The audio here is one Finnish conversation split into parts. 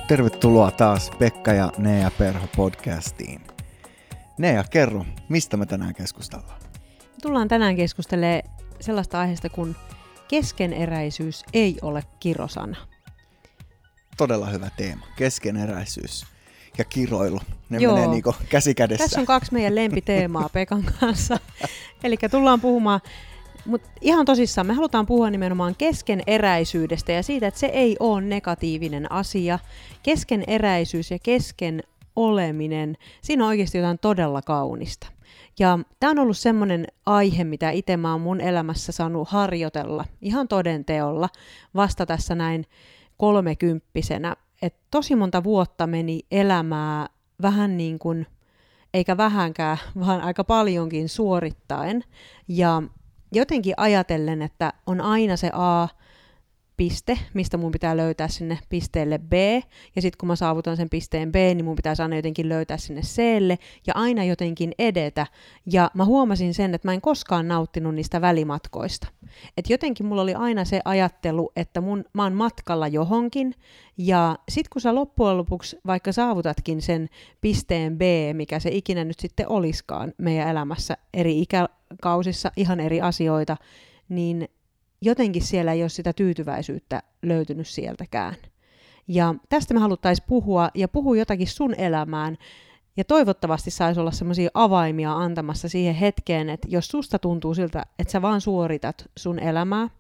Tervetuloa taas Pekka ja Nea Perho podcastiin. Nea, kerro, mistä me tänään keskustellaan? Tullaan tänään keskustelemaan sellaista aiheesta kuin keskeneräisyys ei ole kirosana. Todella hyvä teema. Keskeneräisyys ja kiroilu. Ne Joo. menee niinku käsi kädessä. Tässä on 2 meidän lempiteemaa Pekan kanssa. Eli tullaan puhumaan, mutta ihan tosissaan me halutaan puhua nimenomaan keskeneräisyydestä ja siitä, että se ei ole negatiivinen asia. Keskeneräisyys ja kesken oleminen, siinä on oikeasti jotain todella kaunista. Ja tämä on ollut semmoinen aihe, mitä itse mä oon mun elämässä saanut harjoitella ihan todenteolla vasta tässä näin 30-vuotiaana. Että tosi monta vuotta meni elämää vähän niin kuin, eikä vähänkään, vaan aika paljonkin suorittaen. Ja jotenkin ajatellen, että on aina se A-piste, mistä mun pitää löytää sinne pisteelle B, ja sitten kun mä saavutan sen pisteen B, niin mun pitää aina jotenkin löytää sinne C:lle, ja aina jotenkin edetä. Ja mä huomasin sen, että mä en koskaan nauttinut niistä välimatkoista. Et jotenkin mulla oli aina se ajattelu, että mä oon matkalla johonkin, ja sit kun sä loppujen lopuksi vaikka saavutatkin sen pisteen B, mikä se ikinä nyt sitten oliskaan meidän elämässä eri ikäkausissa, ihan eri asioita, niin jotenkin siellä ei ole sitä tyytyväisyyttä löytynyt sieltäkään. Ja tästä me haluttaisiin puhua ja puhua jotakin sun elämään. Ja toivottavasti saisi olla semmoisia avaimia antamassa siihen hetkeen, että jos susta tuntuu siltä, että sä vaan suoritat sun elämää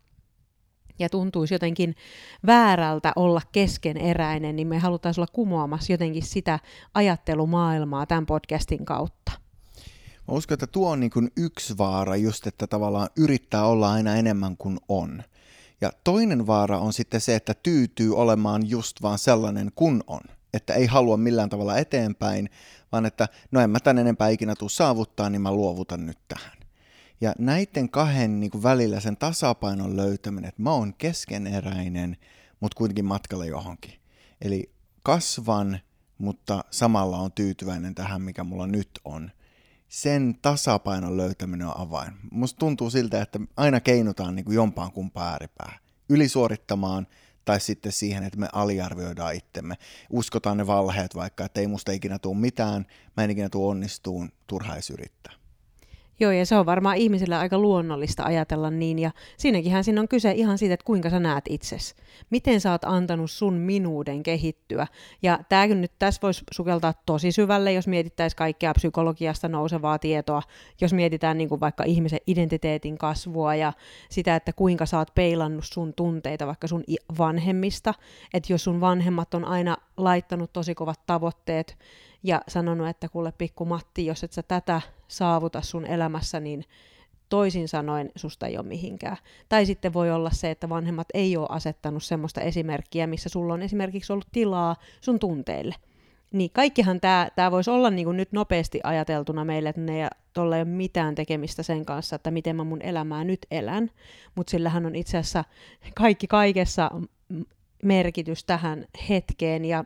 ja tuntuisi jotenkin väärältä olla keskeneräinen, niin me haluttaisiin olla kumoamassa jotenkin sitä ajattelumaailmaa tämän podcastin kautta. Mä uskon, että tuo on niin kuin yksi vaara just, että tavallaan yrittää olla aina enemmän kuin on. Ja toinen vaara on sitten se, että tyytyy olemaan just vaan sellainen kuin on. Että ei halua millään tavalla eteenpäin, vaan että no en mä tän enempää ikinä tuu saavuttaa, niin mä luovutan nyt tähän. Ja näiden kahden niin kuin välillä sen tasapainon löytäminen, että mä oon keskeneräinen, mutta kuitenkin matkalla johonkin. Eli kasvan, mutta samalla on tyytyväinen tähän, mikä mulla nyt on. Sen tasapainon löytäminen on avain. Musta tuntuu siltä, että aina keinutaan niin kuin jompaan kumpaan ääripää. Ylisuorittamaan tai sitten siihen, että me aliarvioidaan itsemme. Uskotaan ne valheet vaikka, että ei musta ikinä tule mitään, mä en ikinä tule onnistuun, turha edes yrittää. Joo, ja se on varmaan ihmisille aika luonnollista ajatella niin, ja siinäkinhän siinä on kyse ihan siitä, että kuinka sä näet itsesi. Miten sä oot antanut sun minuuden kehittyä. Ja tämäkin nyt tässä voisi sukeltaa tosi syvälle, jos mietittäisiin kaikkea psykologiasta nousevaa tietoa, jos mietitään niin kuin vaikka ihmisen identiteetin kasvua ja sitä, että kuinka sä oot peilannut sun tunteita vaikka sun vanhemmista, että jos sun vanhemmat on aina laittanut tosi kovat tavoitteet, ja sanonut, että kuule pikku Matti, jos et sä tätä saavuta sun elämässä, niin toisin sanoen susta ei ole mihinkään. Tai sitten voi olla se, että vanhemmat ei ole asettanut semmoista esimerkkiä, missä sulla on esimerkiksi ollut tilaa sun tunteille. Niin kaikkihan tämä voisi olla niin kuin nyt nopeasti ajateltuna meille, että tuolla ei ole mitään tekemistä sen kanssa, että miten mä mun elämää nyt elän, mutta sillähän on itse asiassa kaikki kaikessa merkitys tähän hetkeen, ja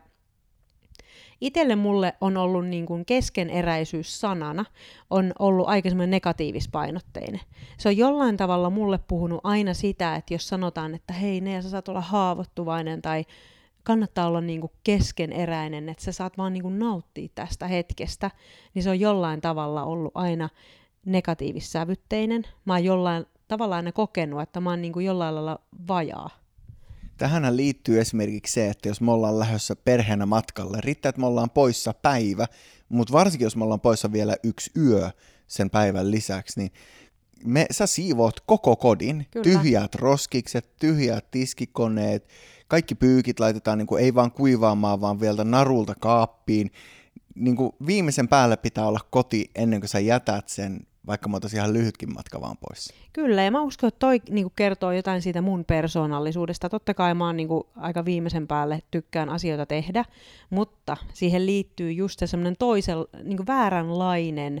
itselle mulle on ollut niin kuin keskeneräisyys sanana, on ollut aika semmoinen negatiivispainotteinen. Se on jollain tavalla mulle puhunut aina sitä, että jos sanotaan, että hei Nea, sä saat olla haavoittuvainen tai kannattaa olla niin kuin keskeneräinen, että sä saat vaan niin kuin nauttia tästä hetkestä, niin se on jollain tavalla ollut aina negatiivissävytteinen. Mä oon jollain tavalla aina kokenut, että mä oon niin kuin jollain lailla vajaa. Tähänhän liittyy esimerkiksi se, että jos me ollaan lähdössä perheenä matkalle, riittää, että me ollaan poissa päivä, mutta varsinkin jos me ollaan poissa vielä 1 yö sen päivän lisäksi, niin sä siivoat koko kodin, Kyllä. Tyhjät roskikset, tyhjät tiskikoneet, kaikki pyykit laitetaan niin kuin, ei vaan kuivaamaan, vaan vielä narulta kaappiin. Niin kuin viimeisen päälle pitää olla koti ennen kuin sä jätät sen, vaikka mä otaisin ihan lyhytkin matka vaan pois. Kyllä, ja mä uskon, että toi niinku kertoo jotain siitä mun persoonallisuudesta. Totta kai mä oon niinku aika viimeisen päälle tykkään asioita tehdä, mutta siihen liittyy just semmoinen toisen niinku vääränlainen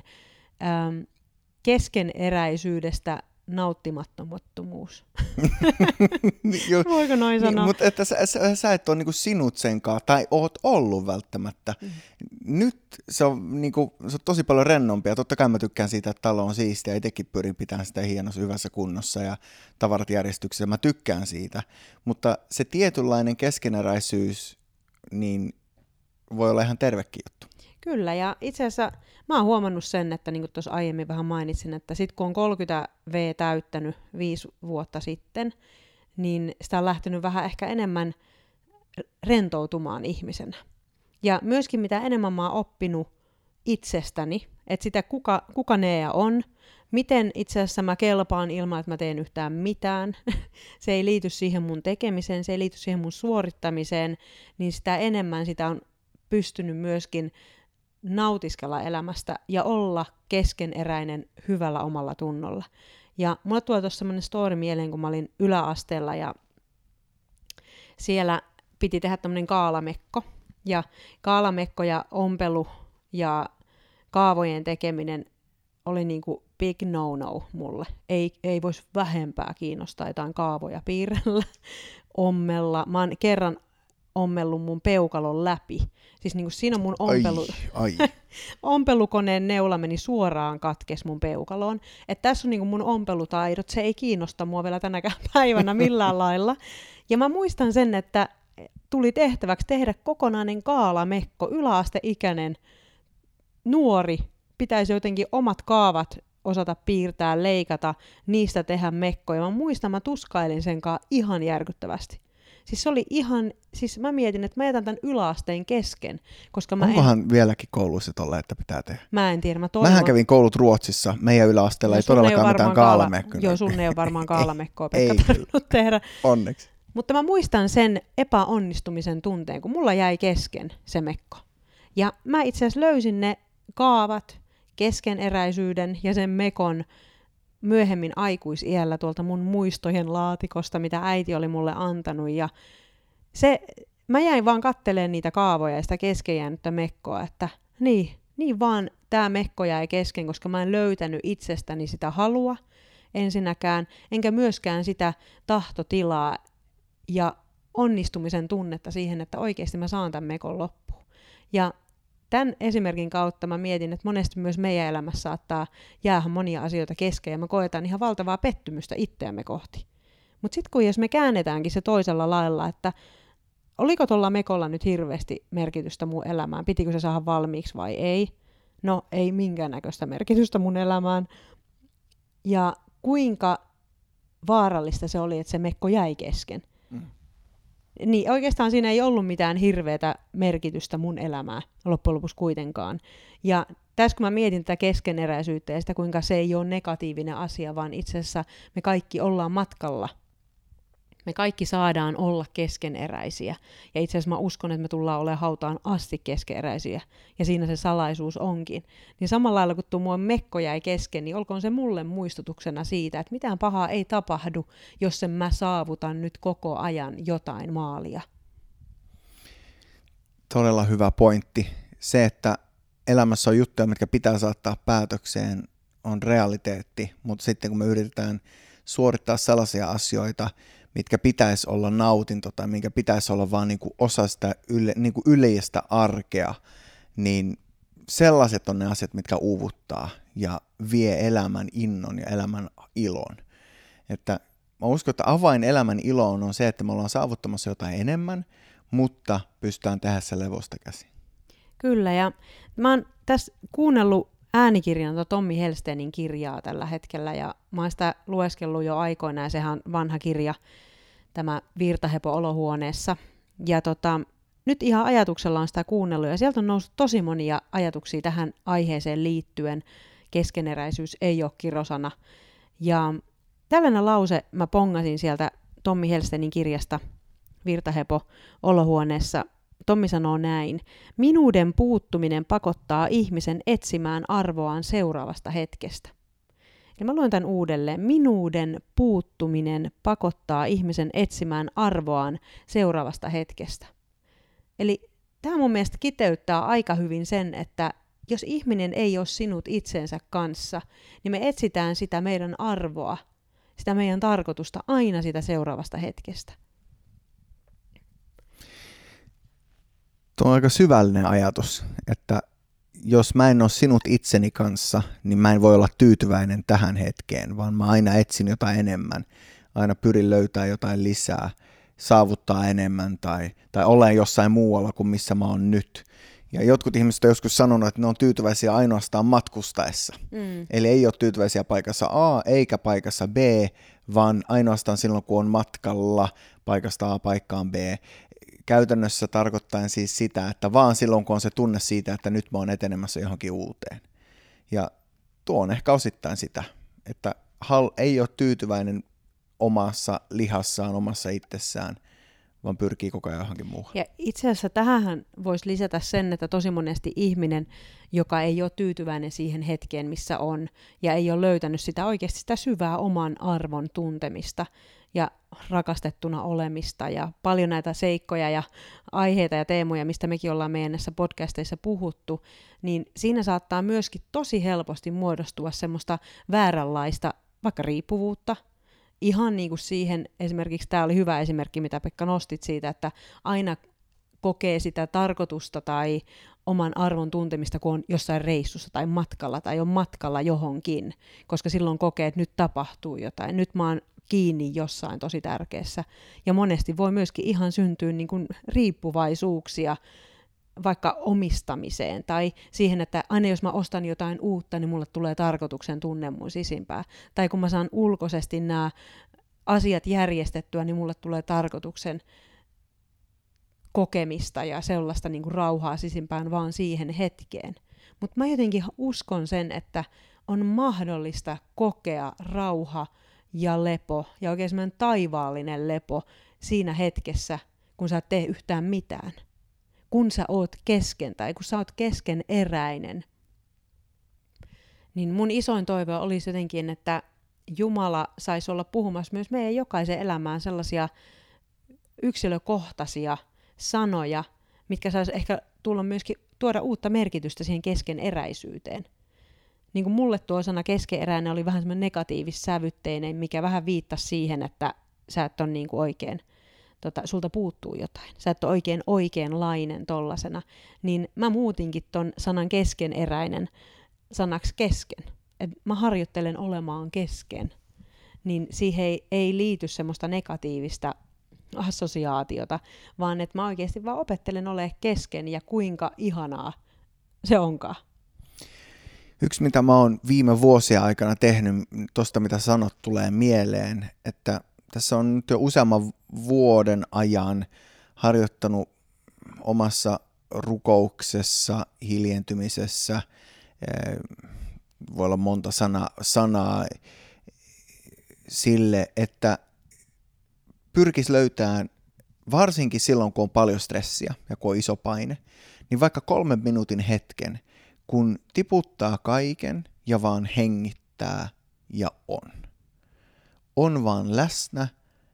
keskeneräisyydestä nauttimattomuus. Voiko noin sanoa? Mutta että sä et ole niinku sinut senkaan, tai oot ollut välttämättä. Nyt se on, niinku, se on tosi paljon rennompia. Totta kai mä tykkään siitä, että talo on siistiä. Itsekin pyrin pitämään sitä hienossa, hyvässä kunnossa ja tavarat järjestyksessä. Mä tykkään siitä. Mutta se tietynlainen keskeneräisyys niin voi olla ihan tervekin juttu. Kyllä, ja itse asiassa mä oon huomannut sen, että niin kuin tuossa aiemmin vähän mainitsin, että sit kun on 30 V täyttänyt 5 vuotta sitten, niin sitä on lähtenyt vähän ehkä enemmän rentoutumaan ihmisenä. Ja myöskin mitä enemmän mä oon oppinut itsestäni, että sitä kuka Nea on, miten itse asiassa mä kelpaan ilman, että mä teen yhtään mitään, se ei liity siihen mun tekemiseen, se ei liity siihen mun suorittamiseen, niin sitä enemmän sitä on pystynyt myöskin nautiskella elämästä ja olla keskeneräinen hyvällä omalla tunnolla. Ja mulle tulee tuossa semmoinen story mieleen, kun mä olin yläasteella ja siellä piti tehdä tämmöinen kaalamekko. Ja kaalamekko ja ompelu ja kaavojen tekeminen oli niinku big no-no mulle. Ei voisi vähempää kiinnostaa jotain kaavoja piirrellä, ommella. Mä oon kerran ommellut mun peukalon läpi. Siis niinku siinä mun ompelukoneen neula meni suoraan katkes mun peukaloon. Et tässä on niinku mun ompelutaidot, se ei kiinnosta mua vielä tänäkään päivänä millään lailla. Ja mä muistan sen, että tuli tehtäväksi tehdä kokonainen kaalamekko, yläasteikäinen nuori, pitäisi jotenkin omat kaavat osata piirtää, leikata, niistä tehdä mekkoja. Mä muistan, mä tuskailin sen kanssa ihan järkyttävästi. Siis se oli ihan, siis mä mietin, että mä jätän tämän yläasteen kesken, koska Onkohan vieläkin kouluissa tolle, että pitää tehdä? Mä en tiedä, mä toivon. Mähän kävin koulut Ruotsissa, meidän yläasteella ei todellakaan mitään kaalamekkoa. Joo, sun ei ole varmaan kaalamekkoa, Pekka, tarvinnut tehdä. Onneksi. Mutta mä muistan sen epäonnistumisen tunteen, kun mulla jäi kesken se mekko. Ja mä itse asiassa löysin ne kaavat, keskeneräisyyden ja sen mekon myöhemmin aikuisiällä tuolta mun muistojen laatikosta, mitä äiti oli mulle antanut. Ja mä jäin vaan kattelemaan niitä kaavoja ja sitä kesken jäänyttä mekkoa, että niin vaan tää mekko jäi kesken, koska mä en löytänyt itsestäni sitä halua ensinnäkään, enkä myöskään sitä tahtotilaa ja onnistumisen tunnetta siihen, että oikeasti mä saan tämän mekon loppuun. Ja tämän esimerkin kautta mä mietin, että monesti myös meidän elämässä saattaa jäädä monia asioita kesken ja me koetaan ihan valtavaa pettymystä itseämme kohti. Mutta sitten jos me käännetäänkin se toisella lailla, että oliko tuolla mekolla nyt hirveästi merkitystä mun elämään, pitikö se saada valmiiksi vai ei? No ei minkäännäköistä merkitystä mun elämään. Ja kuinka vaarallista se oli, että se mekko jäi kesken. Niin oikeastaan siinä ei ollut mitään hirveätä merkitystä mun elämään loppujen lopuksi kuitenkaan. Ja tässä kun mä mietin tätä keskeneräisyyttä ja sitä, kuinka se ei ole negatiivinen asia, vaan itse asiassa me kaikki ollaan matkalla. Me kaikki saadaan olla keskeneräisiä. Ja itse asiassa mä uskon, että me tullaan olemaan hautaan asti keskeneräisiä. Ja siinä se salaisuus onkin. Niin samalla lailla kun tuo mun mekko jäi kesken, niin olkoon se mulle muistutuksena siitä, että mitään pahaa ei tapahdu, jos en mä saavutan nyt koko ajan jotain maalia. Todella hyvä pointti. Se, että elämässä on juttuja, mitkä pitää saattaa päätökseen, on realiteetti. Mutta sitten kun me yritetään suorittaa sellaisia asioita, mitkä pitäisi olla nautinto tai minkä pitäisi olla vaan niin kuin osa sitä niin kuin yleistä arkea, niin sellaiset on ne asiat, mitkä uuvuttaa ja vie elämän innon ja elämän ilon. Että mä uskon, että avain elämän iloon on se, että me ollaan saavuttamassa jotain enemmän, mutta pystytään tehdä se levosta käsin. Kyllä, ja mä oon tässä kuunnellut äänikirjana Tommi Helsteenin kirjaa tällä hetkellä, ja mä oon sitä lueskellut jo aikoina, ja sehän on vanha kirja, tämä Virtahepo olohuoneessa. Ja nyt ihan ajatuksella on sitä kuunnellut, ja sieltä on noussut tosi monia ajatuksia tähän aiheeseen liittyen. Keskeneräisyys ei ole kirosana. Ja tällainen lause mä pongasin sieltä Tommi Helsteenin kirjasta Virtahepo olohuoneessa. Tommi sanoo näin: minuuden puuttuminen pakottaa ihmisen etsimään arvoaan seuraavasta hetkestä. Eli mä luen tämän uudelleen. Minuuden puuttuminen pakottaa ihmisen etsimään arvoaan seuraavasta hetkestä. Eli tämä mun mielestä kiteyttää aika hyvin sen, että jos ihminen ei ole sinut itsensä kanssa, niin me etsitään sitä meidän arvoa, sitä meidän tarkoitusta aina sitä seuraavasta hetkestä. Tuo on aika syvällinen ajatus, että jos mä en ole sinut itseni kanssa, niin mä en voi olla tyytyväinen tähän hetkeen, vaan mä aina etsin jotain enemmän, aina pyrin löytämään jotain lisää. saavuttaa enemmän tai olla jossain muualla kuin missä mä oon nyt. Ja jotkut ihmiset on joskus sanonut, että ne on tyytyväisiä ainoastaan matkustaessa. Eli ei ole tyytyväisiä paikassa A eikä paikassa B, vaan ainoastaan silloin, kun on matkalla paikasta A paikkaan B. Käytännössä tarkoittaen siis sitä, että vaan silloin, kun on se tunne siitä, että nyt mä oon etenemässä johonkin uuteen. Ja tuo on ehkä osittain sitä, että ei ole tyytyväinen omassa lihassaan, omassa itsessään, vaan pyrkii koko ajan johonkin muuhun. Ja itse asiassa tähän voisi lisätä sen, että tosi monesti ihminen, joka ei ole tyytyväinen siihen hetkeen, missä on, ja ei ole löytänyt sitä oikeasti sitä syvää oman arvon tuntemista ja rakastettuna olemista, ja paljon näitä seikkoja ja aiheita ja teemoja, mistä mekin ollaan meidän näissä podcasteissa puhuttu, niin siinä saattaa myöskin tosi helposti muodostua semmoista vääränlaista vaikka riippuvuutta, ihan niin kuin siihen, esimerkiksi tämä oli hyvä esimerkki, mitä Pekka nostit siitä, että aina kokee sitä tarkoitusta tai oman arvon tuntemista, kun on jossain reissussa tai matkalla tai on matkalla johonkin, koska silloin kokee, että nyt tapahtuu jotain, nyt mä oon kiinni jossain tosi tärkeässä. Ja monesti voi myöskin ihan syntyä niin kuin riippuvaisuuksia vaikka omistamiseen tai siihen, että aina jos mä ostan jotain uutta, niin mulle tulee tarkoituksen tunne mun sisimpää. Tai kun mä saan ulkoisesti nämä asiat järjestettyä, niin mulle tulee tarkoituksen kokemista ja sellaista niin kuin rauhaa sisimpään vaan siihen hetkeen. Mutta mä jotenkin uskon sen, että on mahdollista kokea rauha ja lepo ja oikein semmoinen taivaallinen lepo siinä hetkessä, kun sä et tee yhtään mitään. Kun sä oot kesken tai kun sä oot keskeneräinen, niin mun isoin toive olisi jotenkin, että Jumala saisi olla puhumassa myös meidän jokaisen elämään sellaisia yksilökohtaisia sanoja, mitkä saisi ehkä tulla myöskin tuoda uutta merkitystä siihen keskeneräisyyteen. Niin kuin mulle tuo sana keskeneräinen oli vähän semmoinen negatiivissävytteinen, mikä vähän viittasi siihen, että sä et ole niin kuin oikein, sulta puuttuu jotain. Sä et ole oikeanlainen tollasena. Niin mä muutinkin ton sanan keskeneräinen sanaksi kesken. Et mä harjoittelen olemaan kesken. Niin siihen ei liity semmoista negatiivista assosiaatiota, vaan että mä oikeasti vaan opettelen olemaan kesken ja kuinka ihanaa se onkaan. Yksi, mitä mä oon viime vuosien aikana tehnyt, tosta mitä sanot tulee mieleen, että tässä on nyt jo useamman vuoden ajan harjoittanut omassa rukouksessa, hiljentymisessä, voi olla monta sanaa sille, että pyrkisi löytämään, varsinkin silloin kun on paljon stressiä ja kun on iso paine, niin vaikka 3 minuutin hetken, kun tiputtaa kaiken ja vaan hengittää ja on. On vaan läsnä,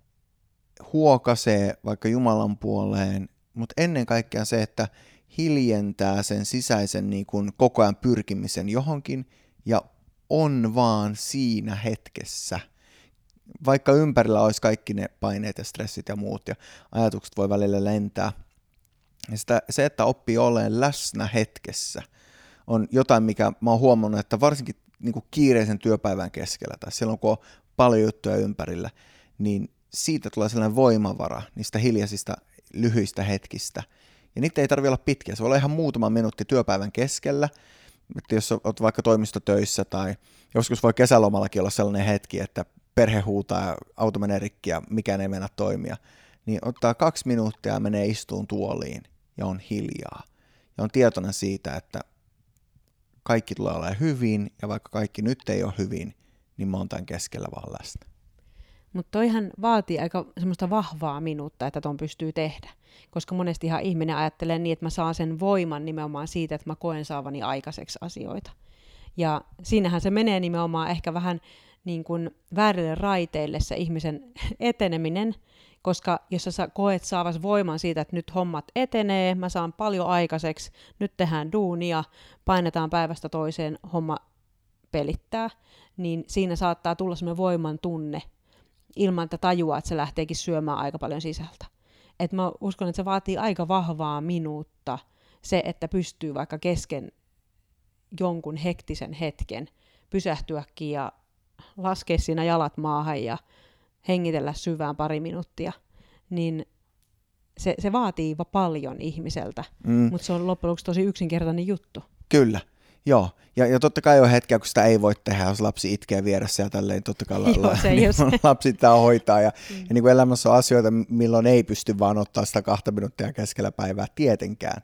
huokasee vaikka Jumalan puoleen, mutta ennen kaikkea se, että hiljentää sen sisäisen niin kuin koko ajan pyrkimisen johonkin ja on vaan siinä hetkessä. Vaikka ympärillä olisi kaikki ne paineet ja stressit ja muut ja ajatukset voi välillä lentää. Ja se, että oppii olemaan läsnä hetkessä, on jotain, mikä mä oon huomannut, että varsinkin niin kuin kiireisen työpäivän keskellä tai silloin, kun on paljon juttuja ympärillä, niin siitä tulee sellainen voimavara niistä hiljaisista, lyhyistä hetkistä. Ja niitä ei tarvitse olla pitkiä. Se voi olla ihan muutama minuutti työpäivän keskellä, että jos olet vaikka toimistotöissä tai joskus voi kesälomallakin olla sellainen hetki, että perhe huutaa ja auto menee rikki ja mikään ei mennä toimia, niin ottaa 2 minuuttia ja menee istuun tuoliin ja on hiljaa. Ja on tietoinen siitä, että kaikki tulee olemaan hyvin ja vaikka kaikki nyt ei ole hyvin, niin mä oon tämän keskellä vaan läsnä. Mutta toihan vaatii aika semmoista vahvaa minuutta, että ton pystyy tehdä. Koska monestihan ihminen ajattelee niin, että mä saan sen voiman nimenomaan siitä, että mä koen saavani aikaiseksi asioita. Ja siinähän se menee nimenomaan ehkä vähän niin kuin väärille raiteille se ihmisen eteneminen, koska jos sä koet saavas voiman siitä, että nyt hommat etenee, mä saan paljon aikaiseksi, nyt tehdään duunia, painetaan päivästä toiseen, homma pelittää, niin siinä saattaa tulla semmoinen voiman tunne, ilman että tajuaa, että se lähteekin syömään aika paljon sisältä. Et mä uskon, että se vaatii aika vahvaa minuutta, se, että pystyy vaikka kesken jonkun hektisen hetken pysähtyäkin ja laskea siinä jalat maahan ja hengitellä syvään 2 minuuttia, niin se vaatii paljon ihmiseltä, mutta se on loppujen lopuksi tosi yksinkertainen juttu. Kyllä, joo. Ja totta kai on hetkiä, kun sitä ei voi tehdä, jos lapsi itkee vieressä ja tälleen, totta kai lapsi pitää hoitaa. Ja niin kuin elämässä on asioita, milloin ei pysty vaan ottaa sitä 2 minuuttia keskellä päivää tietenkään.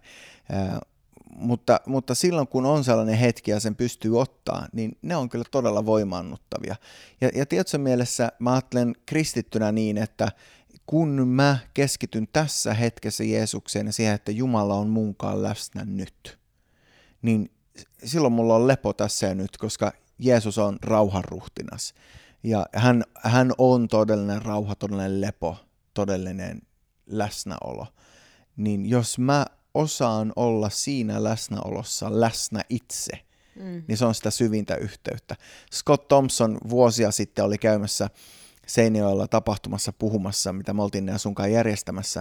Mutta silloin, kun on sellainen hetki ja sen pystyy ottaa, niin ne on kyllä todella voimaannuttavia. Ja tietyssä mielessä mä ajattelen kristittynä niin, että kun mä keskityn tässä hetkessä Jeesukseen ja siihen, että Jumala on munkaan läsnä nyt, niin silloin mulla on lepo tässä ja nyt, koska Jeesus on rauhanruhtinas. Ja hän on todellinen rauha, todellinen lepo, todellinen läsnäolo. Niin jos mä osaan olla siinä läsnäolossa läsnä itse, niin se on sitä syvintä yhteyttä. Scott Thompson vuosia sitten oli käymässä Seinäjoella tapahtumassa puhumassa, mitä me oltiin sunkaan järjestämässä.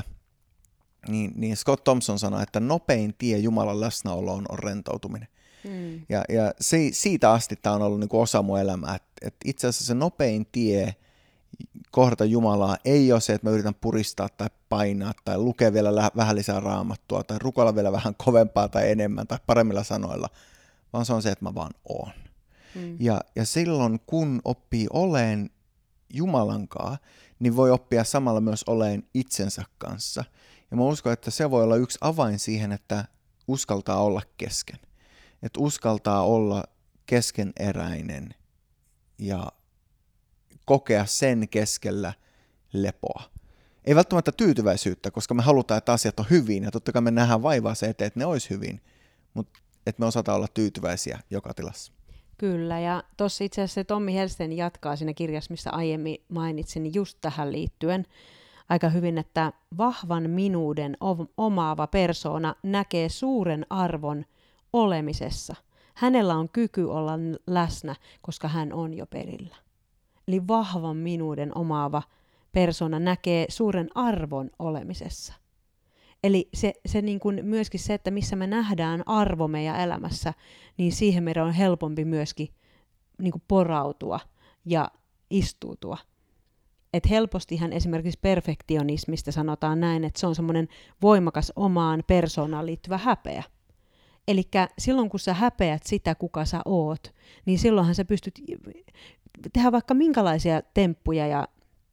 Niin Scott Thompson sanoi, että nopein tie Jumalan läsnäoloon on rentoutuminen. Ja siitä asti tämä on ollut niin kuin osa mun elämää. Että itse asiassa se nopein tie kohdata Jumalaa ei ole se, että mä yritän puristaa tai painaa tai lukea vielä vähän lisää raamattua tai rukoilla vielä vähän kovempaa tai enemmän tai paremmilla sanoilla, vaan se on se, että mä vaan oon. Ja silloin, kun oppii oleen Jumalankaan, niin voi oppia samalla myös oleen itsensä kanssa. Ja mä uskon, että se voi olla yksi avain siihen, että uskaltaa olla kesken. Että uskaltaa olla keskeneräinen ja kokea sen keskellä lepoa. Ei välttämättä tyytyväisyyttä, koska me halutaan, että asiat on hyvin, ja totta kai me nähdään vaivaa se eteen, että ne olisi hyvin, mutta että me osataan olla tyytyväisiä joka tilassa. Kyllä, ja tuossa itse asiassa Tommi Helsten jatkaa siinä kirjassa, missä aiemmin mainitsin, niin just tähän liittyen aika hyvin, että vahvan minuuden omaava persoona näkee suuren arvon olemisessa. Hänellä on kyky olla läsnä, koska hän on jo perillä. Eli vahvan minuuden omaava persona näkee suuren arvon olemisessa. Eli se niin kuin myöskin se, että missä me nähdään arvo meidän elämässä, niin siihen meidän on helpompi myöskin niin kuin porautua ja istuutua. Et helpostihan esimerkiksi perfektionismista sanotaan näin, että se on semmoinen voimakas omaan persoonaan liittyvä häpeä. Eli silloin kun sä häpeät sitä, kuka sä oot, niin silloinhan sä pystyt tehdä vaikka minkälaisia temppuja ja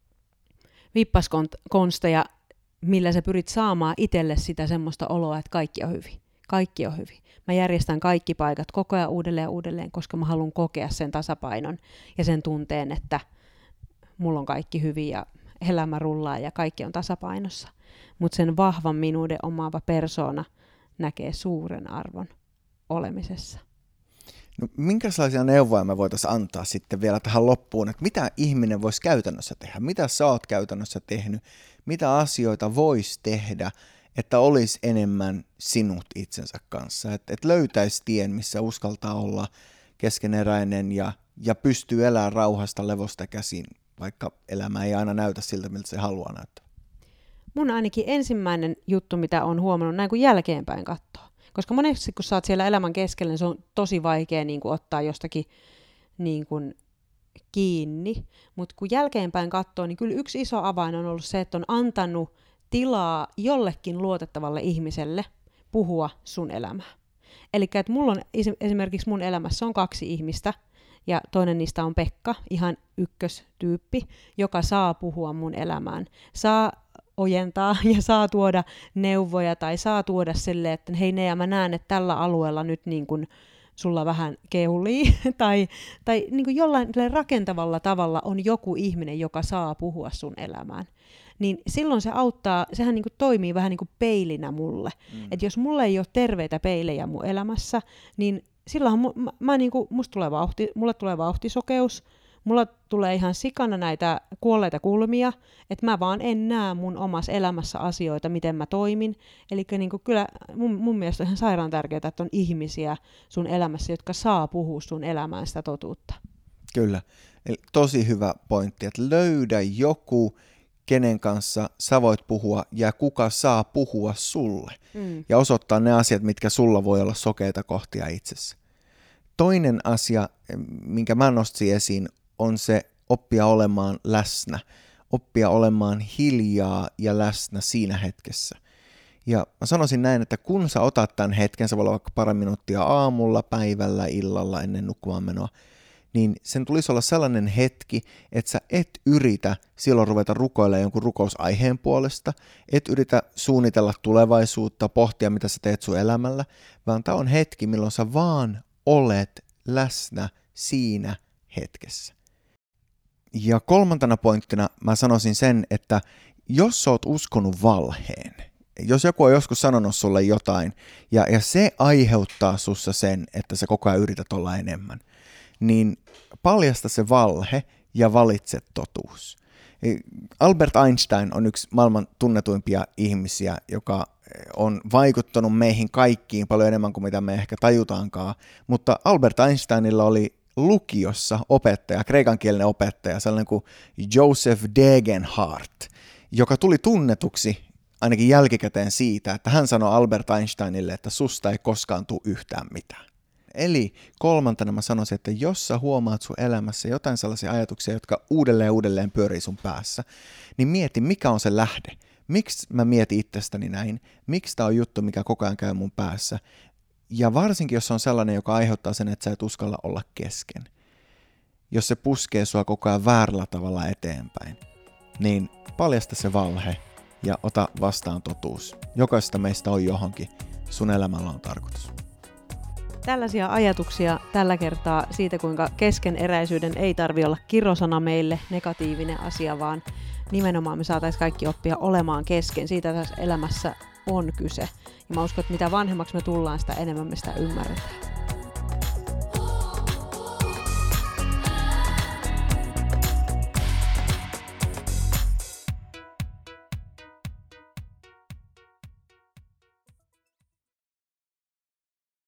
vippaskonsteja, millä sä pyrit saamaan itselle sitä semmoista oloa, että kaikki on hyvin. Kaikki on hyvin. Mä järjestän kaikki paikat koko ajan uudelleen, koska mä haluan kokea sen tasapainon ja sen tunteen, että mulla on kaikki hyvin ja elämä rullaa ja kaikki on tasapainossa. Mutta sen vahvan minuuden omaava persoona näkee suuren arvon olemisessa. No, minkälaisia neuvoja me voitaisiin antaa sitten vielä tähän loppuun, että mitä ihminen voisi käytännössä tehdä? Mitä sä oot käytännössä tehnyt? Mitä asioita voisi tehdä, että olisi enemmän sinut itsensä kanssa? Että löytäisi tien, missä uskaltaa olla keskeneräinen ja pystyy elämään rauhasta levosta käsin, vaikka elämä ei aina näytä siltä, miltä se haluaa näyttää. Mun ainakin ensimmäinen juttu, mitä on huomannut näin kuin jälkeenpäin katsoa. Koska monesti, kun sä oot siellä elämän keskellä, niin se on tosi vaikea niin kuin ottaa jostakin niin kuin kiinni. Mutta kun jälkeenpäin katsoo, niin kyllä yksi iso avain on ollut se, että on antanut tilaa jollekin luotettavalle ihmiselle puhua sun elämää. Eli että mulla on esimerkiksi mun elämässä on 2 ihmistä, ja toinen niistä on Pekka, ihan ykköstyyppi, joka saa puhua mun elämään. Saa ojentaa ja saa tuoda neuvoja tai saa tuoda silleen, että hei Nea, mä näen, että tällä alueella nyt niin kuin sulla vähän keulii tai niin kuin jollain rakentavalla tavalla on joku ihminen, joka saa puhua sun elämään. Niin silloin se auttaa, sehän niin kuin toimii vähän niin kuin peilinä mulle. Että jos mulla ei ole terveitä peilejä mun elämässä, niin silloinhan mulle tulee vauhtisokeus, mulla tulee ihan sikana näitä kuolleita kulmia, että mä vaan en näe mun omassa elämässä asioita, miten mä toimin. Eli niin kyllä mun mielestä on ihan sairaan tärkeää, että on ihmisiä sun elämässä, jotka saa puhua sun elämään sitä totuutta. Kyllä. Eli tosi hyvä pointti, että löydä joku, kenen kanssa sä voit puhua ja kuka saa puhua sulle. Ja osoittaa ne asiat, mitkä sulla voi olla sokeita kohtia itsessä. Toinen asia, minkä mä nostin esiin, on se oppia olemaan läsnä. oppia olemaan hiljaa ja läsnä siinä hetkessä. Ja mä sanoisin näin, että kun sä otat tämän hetken, se voi olla vaikka pari minuuttia aamulla, päivällä, illalla ennen nukkumaan menoa, niin sen tulisi olla sellainen hetki, että sä et yritä silloin ruveta rukoilemaan jonkun rukousaiheen puolesta, et yritä suunnitella tulevaisuutta, pohtia mitä sä teet sun elämällä, vaan tää on hetki, milloin sä vaan olet läsnä siinä hetkessä. Ja kolmantena pointtina mä sanoisin sen, että jos sä oot uskonut valheen, jos joku on joskus sanonut sulle jotain, ja se aiheuttaa sussa sen, että sä koko ajan yrität olla enemmän, niin paljasta se valhe ja valitse totuus. Albert Einstein on yksi maailman tunnetuimpia ihmisiä, joka on vaikuttanut meihin kaikkiin paljon enemmän kuin mitä me ehkä tajutaankaan, mutta Albert Einsteinilla oli lukiossa opettaja, kreikankielinen opettaja, sellainen kuin Joseph Degenhardt, joka tuli tunnetuksi ainakin jälkikäteen siitä, että hän sanoi Albert Einsteinille, että susta ei koskaan tule yhtään mitään. Eli kolmantena mä sanoisin, että jos sä huomaat sun elämässä jotain sellaisia ajatuksia, jotka uudelleen pyörii sun päässä, niin mieti, mikä on se lähde. Miksi mä mietin itsestäni näin? Miksi tää on juttu, mikä koko ajan käy mun päässä? Ja varsinkin, jos se on sellainen, joka aiheuttaa sen, että sä et uskalla olla kesken. Jos se puskee sua koko ajan väärällä tavalla eteenpäin, niin paljasta se valhe ja ota vastaan totuus. Jokaisesta meistä on johonkin. Sun elämällä on tarkoitus. Tällaisia ajatuksia tällä kertaa siitä, kuinka keskeneräisyyden ei tarvitse olla kirosana meille, negatiivinen asia, vaan nimenomaan me saataisiin kaikki oppia olemaan kesken. Siitä tässä elämässä on kyse. Ja mä uskon, että mitä vanhemmaksi me tullaan, sitä enemmän me sitä ymmärretään.